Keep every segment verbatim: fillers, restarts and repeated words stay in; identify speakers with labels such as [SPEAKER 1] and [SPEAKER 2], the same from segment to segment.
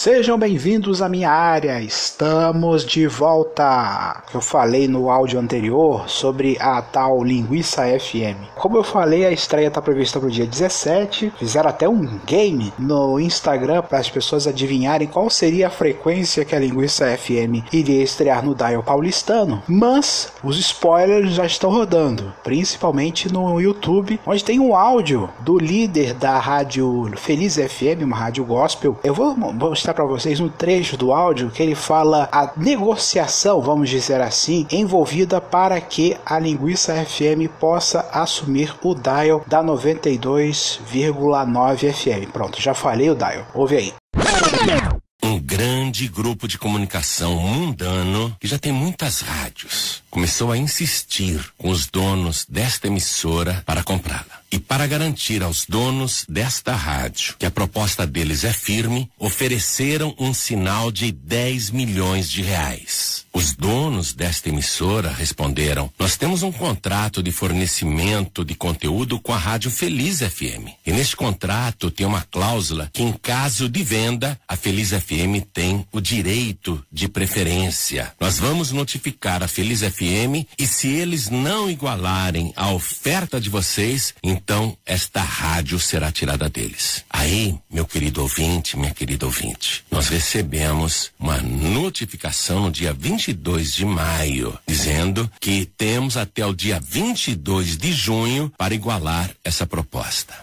[SPEAKER 1] Sejam bem-vindos à minha área, estamos de volta. Eu falei no áudio anterior sobre a tal Linguiça F M. Como eu falei, a estreia está prevista para o dia dezessete. Fizeram até um game no Instagram para as pessoas adivinharem qual seria a frequência que a Linguiça F M iria estrear no dial paulistano. Mas os spoilers já estão rodando, principalmente no YouTube, onde tem um áudio do líder da rádio Feliz F M, uma rádio gospel. Eu vou mostrar para vocês um trecho do áudio que ele fala a negociação, vamos dizer assim, envolvida para que a Linguiça F M possa assumir o dial da noventa e dois vírgula nove F M. Pronto, já falei o dial. Ouve aí.
[SPEAKER 2] Um grande grupo de comunicação mundano que já tem muitas rádios começou a insistir com os donos desta emissora para comprá-la. E para garantir aos donos desta rádio que a proposta deles é firme, ofereceram um sinal de dez milhões de reais. Os donos desta emissora responderam: nós temos um contrato de fornecimento de conteúdo com a Rádio Feliz F M. E neste contrato tem uma cláusula que, em caso de venda, a Feliz F M tem o direito de preferência. Nós vamos notificar a Feliz F M e, se eles não igualarem a oferta de vocês, então esta rádio será tirada deles. Aí, meu querido ouvinte, minha querida ouvinte, nós recebemos uma notificação no dia vinte e dois de maio, dizendo que temos até o dia vinte e dois de junho para igualar essa proposta.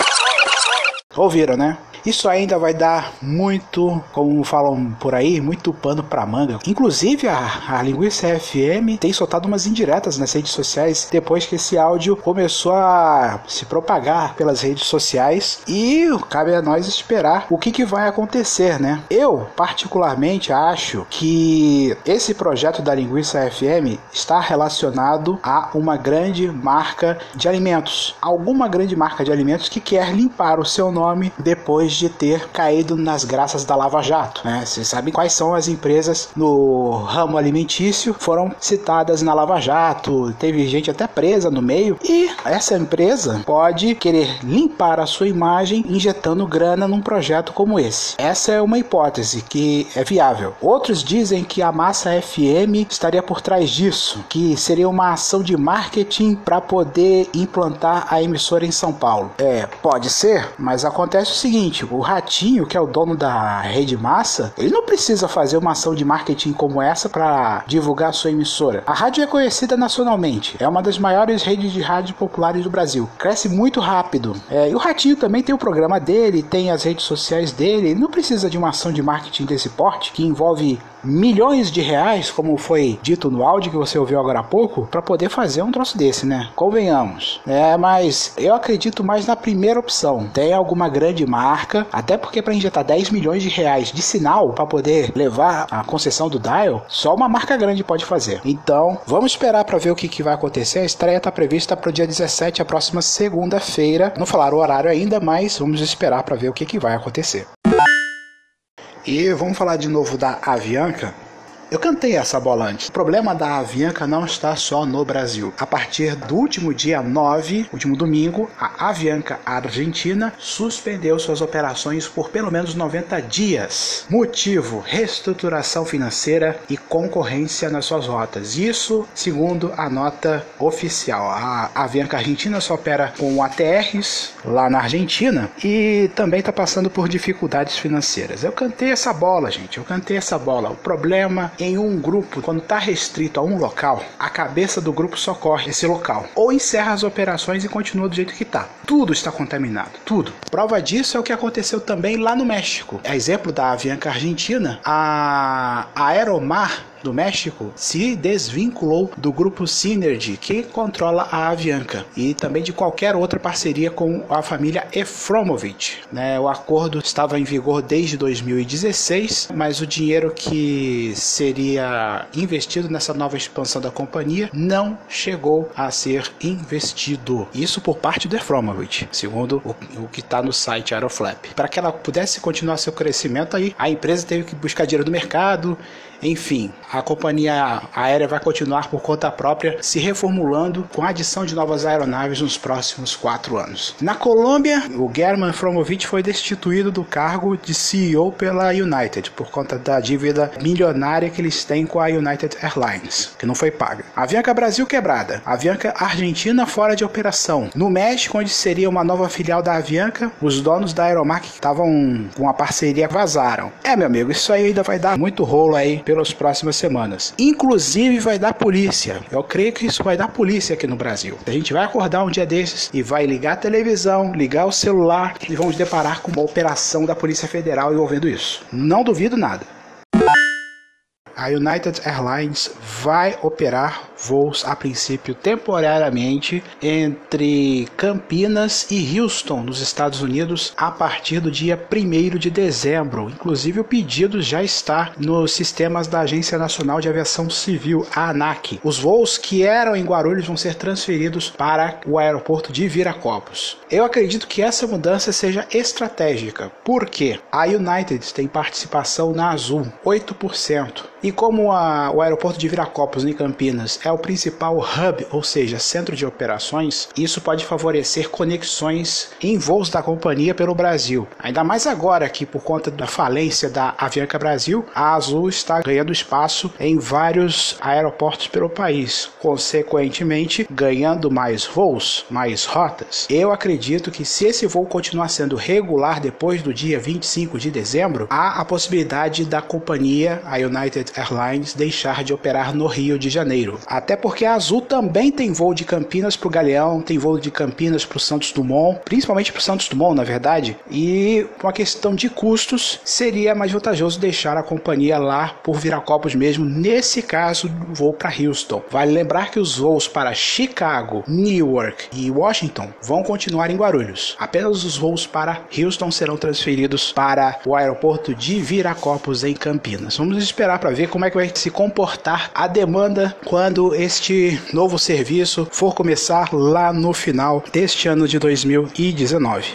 [SPEAKER 1] Ouviram, né? Isso ainda vai dar muito, como falam por aí, muito pano pra manga. Inclusive a, a Linguiça F M tem soltado umas indiretas nas redes sociais depois que esse áudio começou a se propagar pelas redes sociais, e cabe a nós esperar o que, que vai acontecer, né? Eu particularmente acho que esse projeto da Linguiça F M está relacionado a uma grande marca de alimentos, alguma grande marca de alimentos que quer limpar o seu nome depois de ter caído nas graças da Lava Jato, né? Vocês sabem quais são as empresas no ramo alimentício foram citadas na Lava Jato, teve gente até presa no meio, e essa empresa pode querer limpar a sua imagem injetando grana num projeto como esse. Essa é uma hipótese que é viável. Outros dizem que a Massa F M estaria por trás disso, que seria uma ação de marketing para poder implantar a emissora em São Paulo. É, pode ser, mas acontece o seguinte: o Ratinho, que é o dono da Rede Massa, ele não precisa fazer uma ação de marketing como essa para divulgar a sua emissora. A rádio é conhecida nacionalmente, é uma das maiores redes de rádio populares do Brasil, cresce muito rápido. É, e o Ratinho também tem o programa dele, tem as redes sociais dele, ele não precisa de uma ação de marketing desse porte, que envolve milhões de reais, como foi dito no áudio que você ouviu agora há pouco, para poder fazer um troço desse, né? Convenhamos. É, mas eu acredito mais na primeira opção. Tem alguma grande marca, até porque para injetar dez milhões de reais de sinal para poder levar a concessão do dial, só uma marca grande pode fazer. Então, vamos esperar para ver o que, que vai acontecer. A estreia está prevista para o dia dezessete, a próxima segunda-feira. Não falaram o horário ainda, mas vamos esperar para ver o que, que vai acontecer. E vamos falar de novo da Avianca. Eu cantei essa bola antes. O problema da Avianca não está só no Brasil. A partir do último dia nove, último domingo, a Avianca Argentina suspendeu suas operações por pelo menos noventa dias. Motivo: reestruturação financeira e concorrência nas suas rotas. Isso segundo a nota oficial. A Avianca Argentina só opera com A T Rs lá na Argentina e também está passando por dificuldades financeiras. Eu cantei essa bola, gente. Eu cantei essa bola. O problema em um grupo, quando está restrito a um local, a cabeça do grupo socorre esse local, ou encerra as operações e continua do jeito que está. Tudo está contaminado, tudo. Prova disso é o que aconteceu também lá no México. A exemplo da Avianca Argentina, a Aeromar do México se desvinculou do grupo Synergy, que controla a Avianca, e também de qualquer outra parceria com a família Efromovich, né? O acordo estava em vigor desde dois mil e dezesseis, mas o dinheiro que seria investido nessa nova expansão da companhia não chegou a ser investido. Isso por parte do Efromovich, segundo o, o que está no site Aeroflap. Para que ela pudesse continuar seu crescimento, aí a empresa teve que buscar dinheiro do mercado. Enfim, a companhia aérea vai continuar por conta própria, se reformulando com a adição de novas aeronaves nos próximos quatro anos. Na Colômbia, o German Fromovich foi destituído do cargo de C E O pela United, por conta da dívida milionária que eles têm com a United Airlines, que não foi paga. Avianca Brasil quebrada. Avianca Argentina fora de operação. No México, onde seria uma nova filial da Avianca, os donos da Aeromac que estavam com uma parceria vazaram. É, meu amigo, isso aí ainda vai dar muito rolo aí pelas próximas semanas. Inclusive vai dar polícia. Eu creio que isso vai dar polícia aqui no Brasil. A gente vai acordar um dia desses e vai ligar a televisão, ligar o celular e vamos deparar com uma operação da Polícia Federal envolvendo isso. Não duvido nada. A United Airlines vai operar voos, a princípio temporariamente, entre Campinas e Houston, nos Estados Unidos, a partir do dia primeiro de dezembro. Inclusive, o pedido já está nos sistemas da Agência Nacional de Aviação Civil, a ANAC. Os voos que eram em Guarulhos vão ser transferidos para o aeroporto de Viracopos. Eu acredito que essa mudança seja estratégica, porque a United tem participação na Azul, oito por cento. E como a, o aeroporto de Viracopos, em Campinas, é o principal hub, ou seja, centro de operações, isso pode favorecer conexões em voos da companhia pelo Brasil. Ainda mais agora que, por conta da falência da Avianca Brasil, a Azul está ganhando espaço em vários aeroportos pelo país, consequentemente ganhando mais voos, mais rotas. Eu acredito que se esse voo continuar sendo regular depois do dia vinte e cinco de dezembro, há a possibilidade da companhia, a United Airlines, deixar de operar no Rio de Janeiro. Até porque a Azul também tem voo de Campinas para o Galeão, tem voo de Campinas para o Santos Dumont, principalmente para o Santos Dumont, na verdade, e por uma questão de custos, seria mais vantajoso deixar a companhia lá por Viracopos mesmo, nesse caso, voo para Houston. Vale lembrar que os voos para Chicago, Newark e Washington vão continuar em Guarulhos. Apenas os voos para Houston serão transferidos para o aeroporto de Viracopos, em Campinas. Vamos esperar para ver como é que vai se comportar a demanda quando este novo serviço for começar lá no final deste ano de dois mil e dezenove.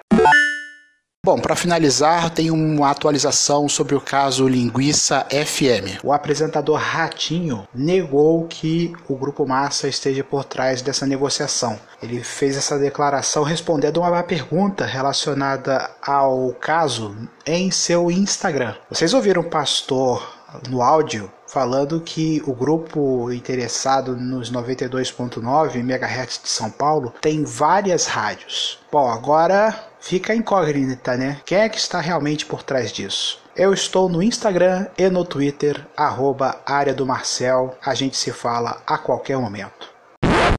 [SPEAKER 1] Bom, para finalizar, tem uma atualização sobre o caso Linguiça F M. O apresentador Ratinho negou que o Grupo Massa esteja por trás dessa negociação. Ele fez essa declaração respondendo a uma pergunta relacionada ao caso em seu Instagram. Vocês ouviram o pastor no áudio falando que o grupo interessado nos noventa e dois ponto nove megahertz de São Paulo tem várias rádios. Bom, agora fica a incógnita, né? Quem é que está realmente por trás disso? Eu estou no Instagram e no Twitter, arroba área do Marcel. A gente se fala a qualquer momento.